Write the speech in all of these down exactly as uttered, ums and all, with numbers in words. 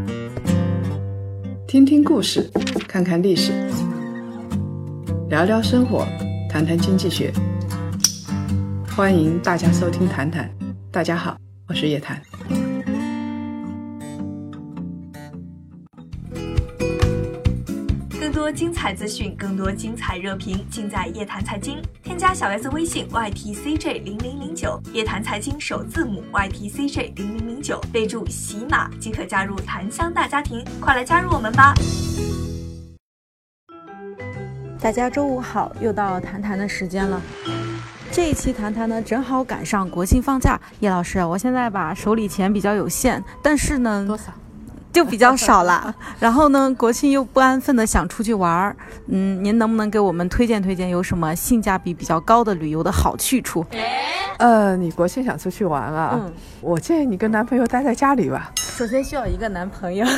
听听故事，看看历史，聊聊生活，谈谈经济学。欢迎大家收听谈谈。大家好，我是叶檀。 更多精彩资讯，更多精彩热评，尽在叶檀财经。添加小 S 微信 Y T C J 零零零九，叶檀财经首字母 Y T C J 零零零九，备注喜马即可加入檀香大家庭，快来加入我们吧！ 大家周五好，又到谈谈的时间了。这一期谈谈呢，正好赶上国庆放假。叶老师，我现在吧手里钱比较有限，但是呢， 多少？ 就比较少了。然后呢，国庆又不安分的想出去玩，嗯，您能不能给我们推荐推荐有什么性价比比较高的旅游的好去处？ 呃，你国庆想出去玩啊？嗯，我建议你跟男朋友待在家里吧。 首先需要一个男朋友。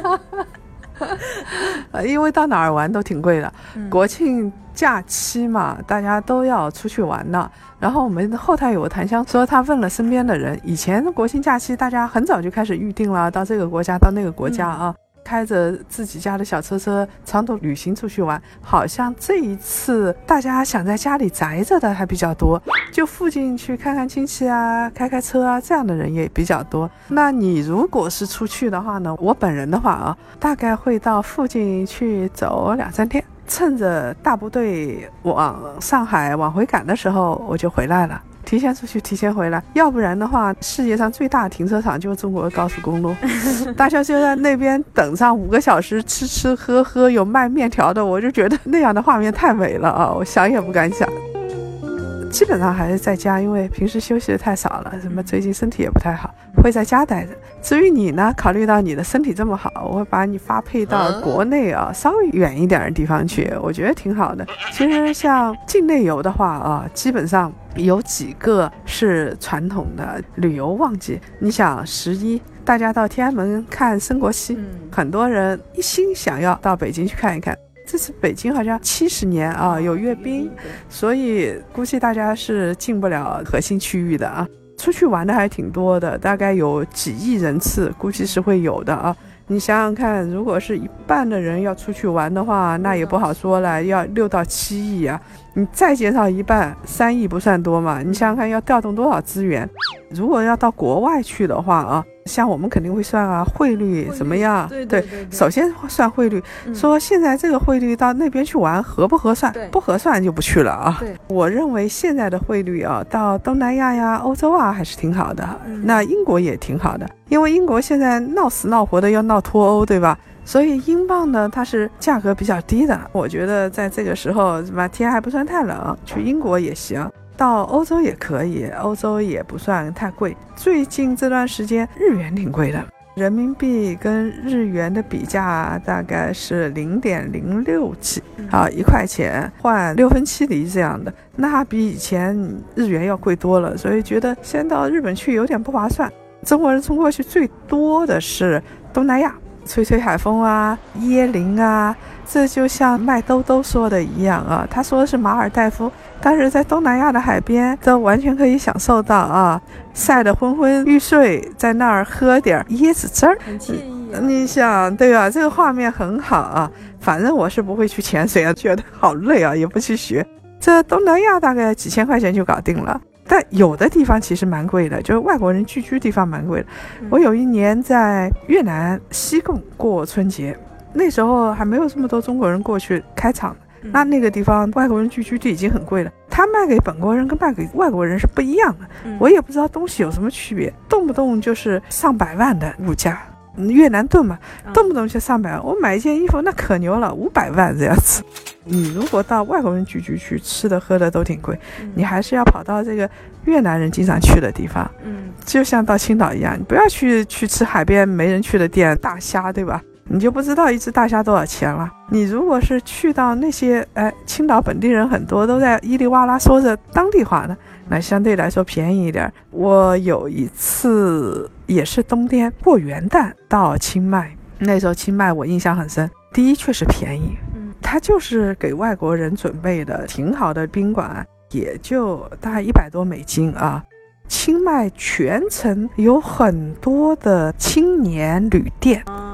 因为到哪儿玩都挺贵的、嗯、国庆假期嘛，大家都要出去玩呢。然后我们后台有个檀香说，他问了身边的人，以前国庆假期大家很早就开始预定了，到这个国家到那个国家啊、嗯，开着自己家的小车车长途旅行出去玩。好像这一次大家想在家里宅着的还比较多，就附近去看看亲戚啊，开开车啊，这样的人也比较多。那你如果是出去的话呢，我本人的话啊，大概会到附近去走两三天，趁着大部队往上海往回赶的时候我就回来了，提前出去提前回来。要不然的话，世界上最大的停车场就是中国的高速公路，大家就在那边等上五个小时，吃吃喝喝，有卖面条的，我就觉得那样的画面太美了啊，我想也不敢想。基本上还是在家，因为平时休息的太少了，什么最近身体也不太好，会在家待着。至于你呢，考虑到你的身体这么好，我会把你发配到国内啊，稍微远一点的地方去，我觉得挺好的。其实像境内游的话啊，基本上有几个是传统的旅游旺季。你想十一大家到天安门看升国旗、嗯、很多人一心想要到北京去看一看。这次北京好像七十年啊，有阅兵，所以估计大家是进不了核心区域的啊。出去玩的还挺多的，大概有几亿人次，估计是会有的啊。你想想看，如果是一半的人要出去玩的话，那也不好说了，要六到七亿啊。你再减少一半，三亿不算多嘛？你想想看，要调动多少资源？如果要到国外去的话啊，像我们肯定会算啊，汇率怎么样？对对 对, 对, 对，首先算汇率、嗯，说现在这个汇率到那边去玩合不合算？不合算就不去了啊。对，我认为现在的汇率啊，到东南亚呀、欧洲啊还是挺好的、嗯。那英国也挺好的，因为英国现在闹死闹活的要闹脱欧，对吧？所以英镑呢，它是价格比较低的。我觉得在这个时候，什么天还不算太冷，去英国也行。到欧洲也可以，欧洲也不算太贵。最近这段时间日元挺贵的，人民币跟日元的比价大概是零点零六几啊，一块钱换六分七厘这样的，那比以前日元要贵多了，所以觉得先到日本去有点不划算。中国人冲过去最多的是东南亚，吹吹海风啊，椰林啊，这就像麦兜兜说的一样啊，他说的是马尔代夫，但是在东南亚的海边都完全可以享受到啊，晒得昏昏欲睡，在那儿喝点椰子汁儿， 很惬意、啊、 你想对吧？这个画面很好啊。反正我是不会去潜水啊，觉得好累啊，也不去学。这东南亚大概几千块钱就搞定了，但有的地方其实蛮贵的，就是外国人聚居地方蛮贵的、嗯、我有一年在越南西贡过春节，那时候还没有这么多中国人过去开厂，那那个地方外国人聚居地已经很贵了，他卖给本国人跟卖给外国人是不一样的、嗯、我也不知道东西有什么区别，动不动就是上百万的物价，越南盾嘛，动不动就上百万，我买一件衣服那可牛了，五百万这样子。你如果到外国人聚居区，吃的喝的都挺贵、嗯、你还是要跑到这个越南人经常去的地方，嗯，就像到青岛一样，你不要去去吃海边没人去的店大虾，对吧？你就不知道一只大虾多少钱了。你如果是去到那些哎，青岛本地人很多都在叽里哇啦说着当地话的，那相对来说便宜一点。我有一次也是冬天过元旦到清迈，那时候清迈我印象很深，第一确实便宜，它就是给外国人准备的挺好的宾馆，也就大概一百多美金啊。清迈全程有很多的青年旅店，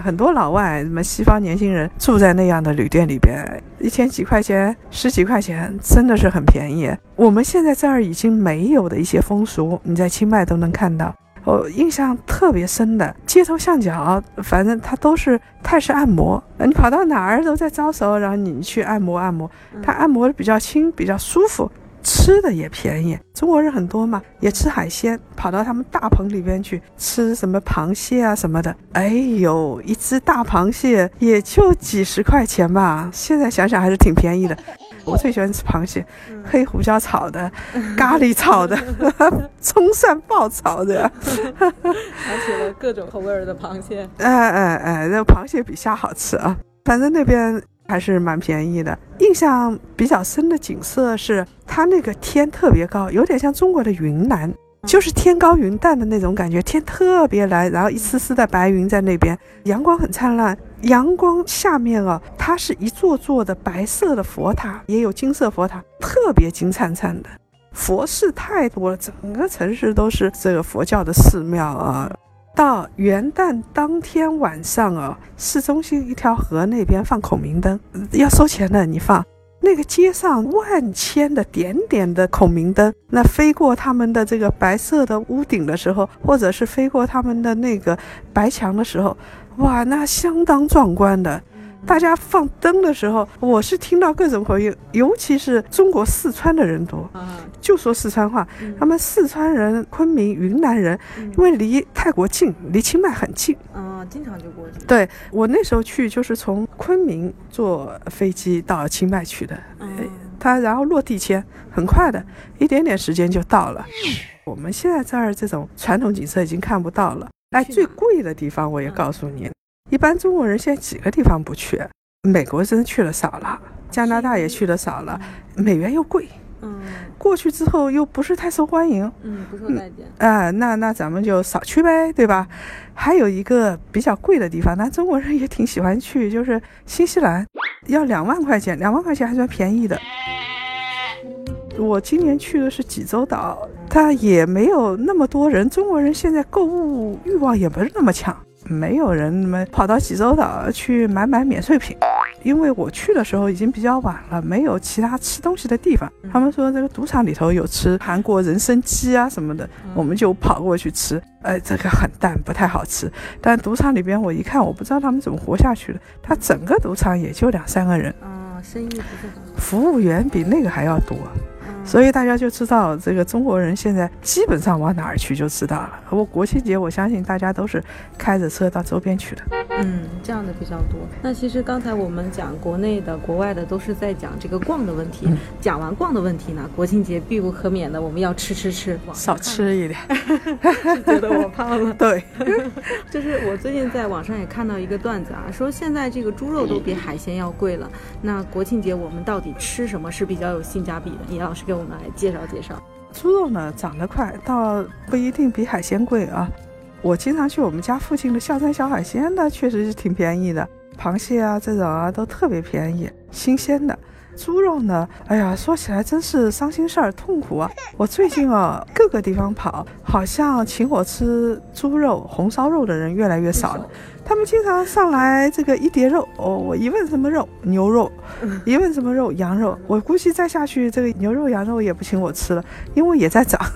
很多老外什么西方年轻人住在那样的旅店里边，一天几块钱十几块钱真的是很便宜。我们现在这儿已经没有的一些风俗你在清迈都能看到。我印象特别深的街头巷角，反正它都是泰式按摩，你跑到哪儿都在招手，然后你去按摩按摩，它按摩的比较轻比较舒服，吃的也便宜。中国人很多嘛，也吃海鲜，跑到他们大棚里边去吃什么螃蟹啊什么的。哎呦，一只大螃蟹也就几十块钱吧，现在想想还是挺便宜的。我最喜欢吃螃蟹，黑胡椒炒的，咖喱炒的，葱蒜爆炒的， 想起了各种口味的螃蟹。 哎哎哎，那螃蟹比虾好吃啊。反正那边还是蛮便宜的。印象比较深的景色是它那个天特别高，有点像中国的云南，就是天高云淡的那种感觉，天特别蓝，然后一丝丝的白云在那边，阳光很灿烂。阳光下面啊，它是一座座的白色的佛塔，也有金色佛塔，特别金灿灿的。佛寺太多了，整个城市都是这个佛教的寺庙啊。到元旦当天晚上啊，市中心一条河那边放孔明灯，要收钱的，你放。那个街上万千的点点的孔明灯，那飞过他们的这个白色的屋顶的时候，或者是飞过他们的那个白墙的时候，哇，那相当壮观的。大家放灯的时候，我是听到各种口音，尤其是中国四川的人多，就说四川话。他们四川人、昆明、云南人，因为离泰国近，离清迈很近， 啊，经常就过去。 对，我那时候去就是从昆明坐飞机到清迈去的，他然后落地前很快的，一点点时间就到了。我们现在这儿这种传统景色已经看不到了。哎，最贵的地方我也告诉你。一般中国人现在几个地方不去，美国真去了少了，加拿大也去了少了，美元又贵，嗯，过去之后又不是太受欢迎， 嗯，不受待见， 啊、呃，那那咱们就少去呗，对吧？还有一个比较贵的地方，那中国人也挺喜欢去，就是新西兰，要两万块钱，两万块钱还算便宜的。我今年去的是济州岛，它也没有那么多人，中国人现在购物欲望也不是那么强。没有人们跑到济州岛去买买免税品，因为我去的时候已经比较晚了，没有其他吃东西的地方。他们说这个赌场里头有吃韩国人参鸡啊什么的，我们就跑过去吃。哎，这个很淡，不太好吃。但赌场里边我一看，我不知道他们怎么活下去的。他整个赌场也就两三个人， 啊，生意不是很好， 服务员比那个还要多。所以大家就知道这个中国人现在基本上往哪儿去就知道了。我国庆节我相信大家都是开着车到周边去的。 嗯，这样的比较多。那其实刚才我们讲国内的国外的都是在讲这个逛的问题、嗯、讲完逛的问题呢，国庆节必不可免的我们要吃吃吃， 少吃一点是觉得我胖了。 对就是我最近在网上也看到一个段子啊，说现在这个猪肉都比海鲜要贵了，那国庆节我们到底吃什么是比较有性价比的？李老师给我们来介绍介绍。 猪肉呢长得快，倒不一定比海鲜贵啊。我经常去我们家附近的笑山小海鲜呢，确实是挺便宜的，螃蟹啊这种啊都特别便宜，新鲜的。猪肉呢，哎呀，说起来真是伤心事儿，痛苦啊！我最近啊各个地方跑，好像请我吃猪肉、红烧肉的人越来越少了。他们经常上来这个一碟肉，哦，我一问什么肉，牛肉，一问什么肉，羊肉。我估计再下去，这个牛肉、羊肉也不请我吃了，因为也在涨，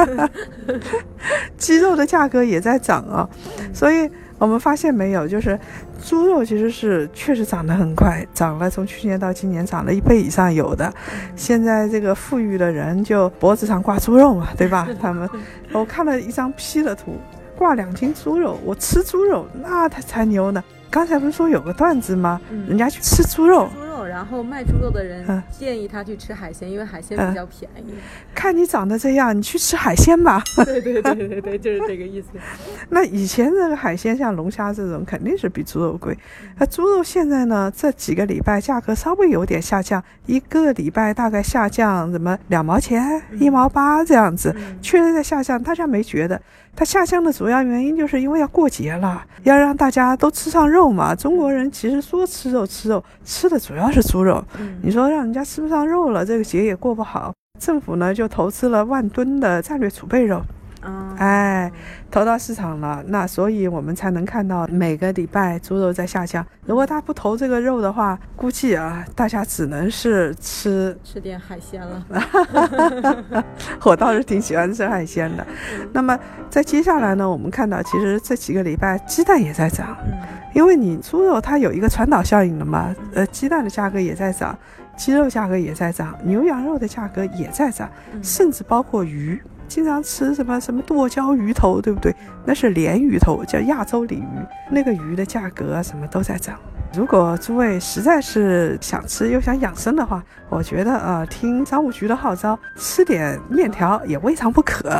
鸡肉的价格也在涨啊，所以。我们发现没有，就是猪肉其实是确实涨得很快，涨了从去年到今年涨了一倍以上有的。现在这个富裕的人就脖子上挂猪肉嘛，对吧？他们，我看了一张 P 的图，挂两斤猪肉，我吃猪肉那他才牛呢。刚才不是说有个段子吗？嗯、人家去吃猪肉。 然后卖猪肉的人建议他去吃海鲜、嗯、因为海鲜比较便宜、嗯、 看你长得这样，你去吃海鲜吧。 对对对对对，就是这个意思。 那以前这个海鲜像龙虾这种肯定是比猪肉贵，那猪肉现在呢这几个礼拜价格稍微有点下降，一个礼拜大概下降怎么两毛钱、嗯、一毛八这样子，嗯、确实在下降，大家没觉得。它下降的主要原因就是因为要过节了，要让大家都吃上肉嘛。中国人其实说吃肉吃肉，吃的主要是猪肉。嗯、你说让人家吃不上肉了，这个节也过不好。政府呢就投资了万吨的战略储备肉， 嗯， 哎，投到市场了，那所以我们才能看到每个礼拜猪肉在下降。如果他不投这个肉的话，估计啊，大家只能是吃吃点海鲜了。 我倒是挺喜欢吃海鲜的。嗯、那么在接下来呢，我们看到其实这几个礼拜鸡蛋也在涨，嗯、因为你猪肉它有一个传导效应的嘛，呃，鸡蛋的价格也在涨，鸡肉价格也在涨，牛羊肉的价格也在涨，嗯、甚至包括鱼。经常吃什么什么剁椒鱼头，对不对？那是鲢鱼头，叫亚洲鲤鱼，那个鱼的价格什么都在涨。如果诸位实在是想吃又想养生的话，我觉得呃，听商务局的号召，吃点面条也未尝不可。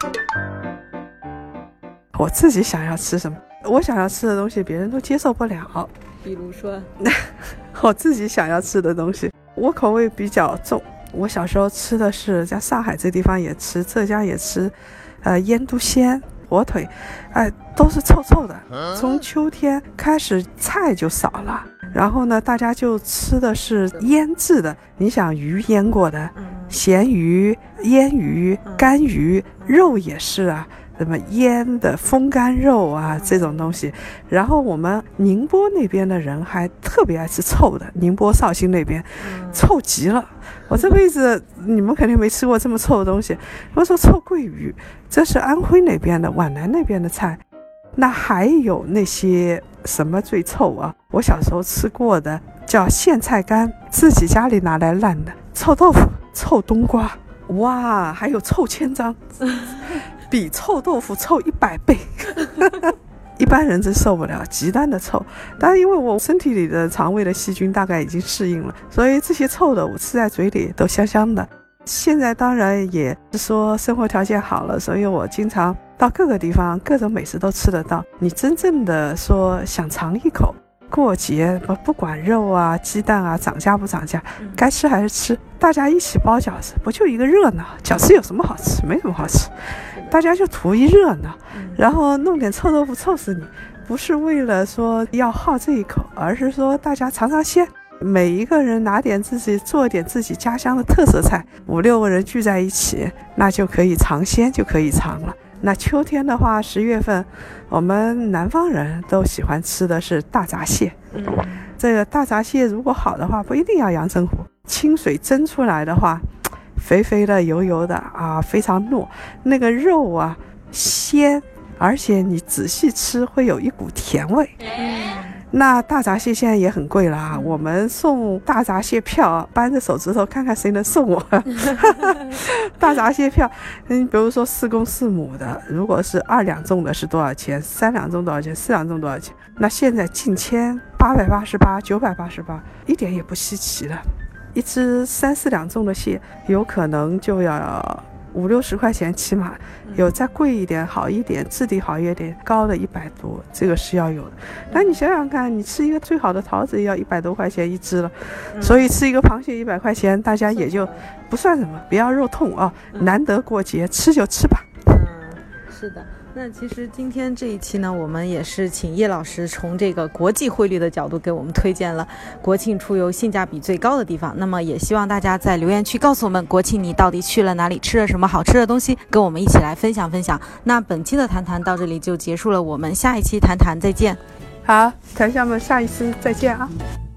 我自己想要吃什么，我想要吃的东西别人都接受不了。 比如说我自己想要吃的东西，我口味比较重。我小时候吃的是在上海这地方也吃，浙江也吃，呃，腌笃鲜、火腿，哎、呃，都是臭臭的。从秋天开始菜就少了，然后呢，大家就吃的是腌制的。你想鱼腌过的，咸鱼、腌鱼、干鱼，肉也是啊。什么腌的风干肉啊这种东西，然后我们宁波那边的人还特别爱吃臭的，宁波绍兴那边臭极了，我这辈子你们肯定没吃过这么臭的东西。我说臭鳜鱼，这是安徽那边的皖南那边的菜。那还有那些什么最臭啊，我小时候吃过的叫苋菜干，自己家里拿来烂的，臭豆腐、臭冬瓜，哇，还有臭千张比臭豆腐臭一百倍一般人真受不了，极端的臭。但是因为我身体里的肠胃的细菌大概已经适应了，所以这些臭的我吃在嘴里都香香的。现在当然也是说生活条件好了，所以我经常到各个地方各种美食都吃得到。你真正的说想尝一口，过节不管肉啊鸡蛋啊涨价不涨价，该吃还是吃，大家一起包饺子，不就一个热闹？饺子有什么好吃？没什么好吃，大家就图一热闹，然后弄点臭豆腐臭死你，不是为了说要好这一口，而是说大家尝尝鲜，每一个人拿点自己做点自己家乡的特色菜，五六个人聚在一起，那就可以尝鲜，就可以尝了。那秋天的话，十月份我们南方人都喜欢吃的是大闸蟹，嗯，这个大闸蟹如果好的话，不一定要阳澄湖，清水蒸出来的话，肥肥的油油的啊，非常糯，那个肉啊鲜，而且你仔细吃会有一股甜味。嗯，那大闸蟹现在也很贵了啊，我们送大闸蟹票，扳着手指头看看谁能送我大闸蟹票。你比如说四公四母的，如果是二两重的是多少钱，三两重多少钱，四两重多少钱，那现在近千，八百八十八，九百八十八，一点也不稀奇了。一只三四两重的蟹有可能就要五六十块钱起码，有再贵一点好一点质地好一点高的一百多，这个是要有的。那你想想看，你吃一个最好的桃子也要一百多块钱一只了，所以吃一个螃蟹一百块钱大家也就不算什么，不要肉痛啊，难得过节吃就吃吧。 嗯，是的。那其实今天这一期呢，我们也是请叶老师从这个国际汇率的角度给我们推荐了国庆出游性价比最高的地方。那么也希望大家在留言区告诉我们，国庆你到底去了哪里，吃了什么好吃的东西，跟我们一起来分享分享。那本期的谈谈到这里就结束了，我们下一期谈谈再见。 好，谈笑们，下一次再见啊。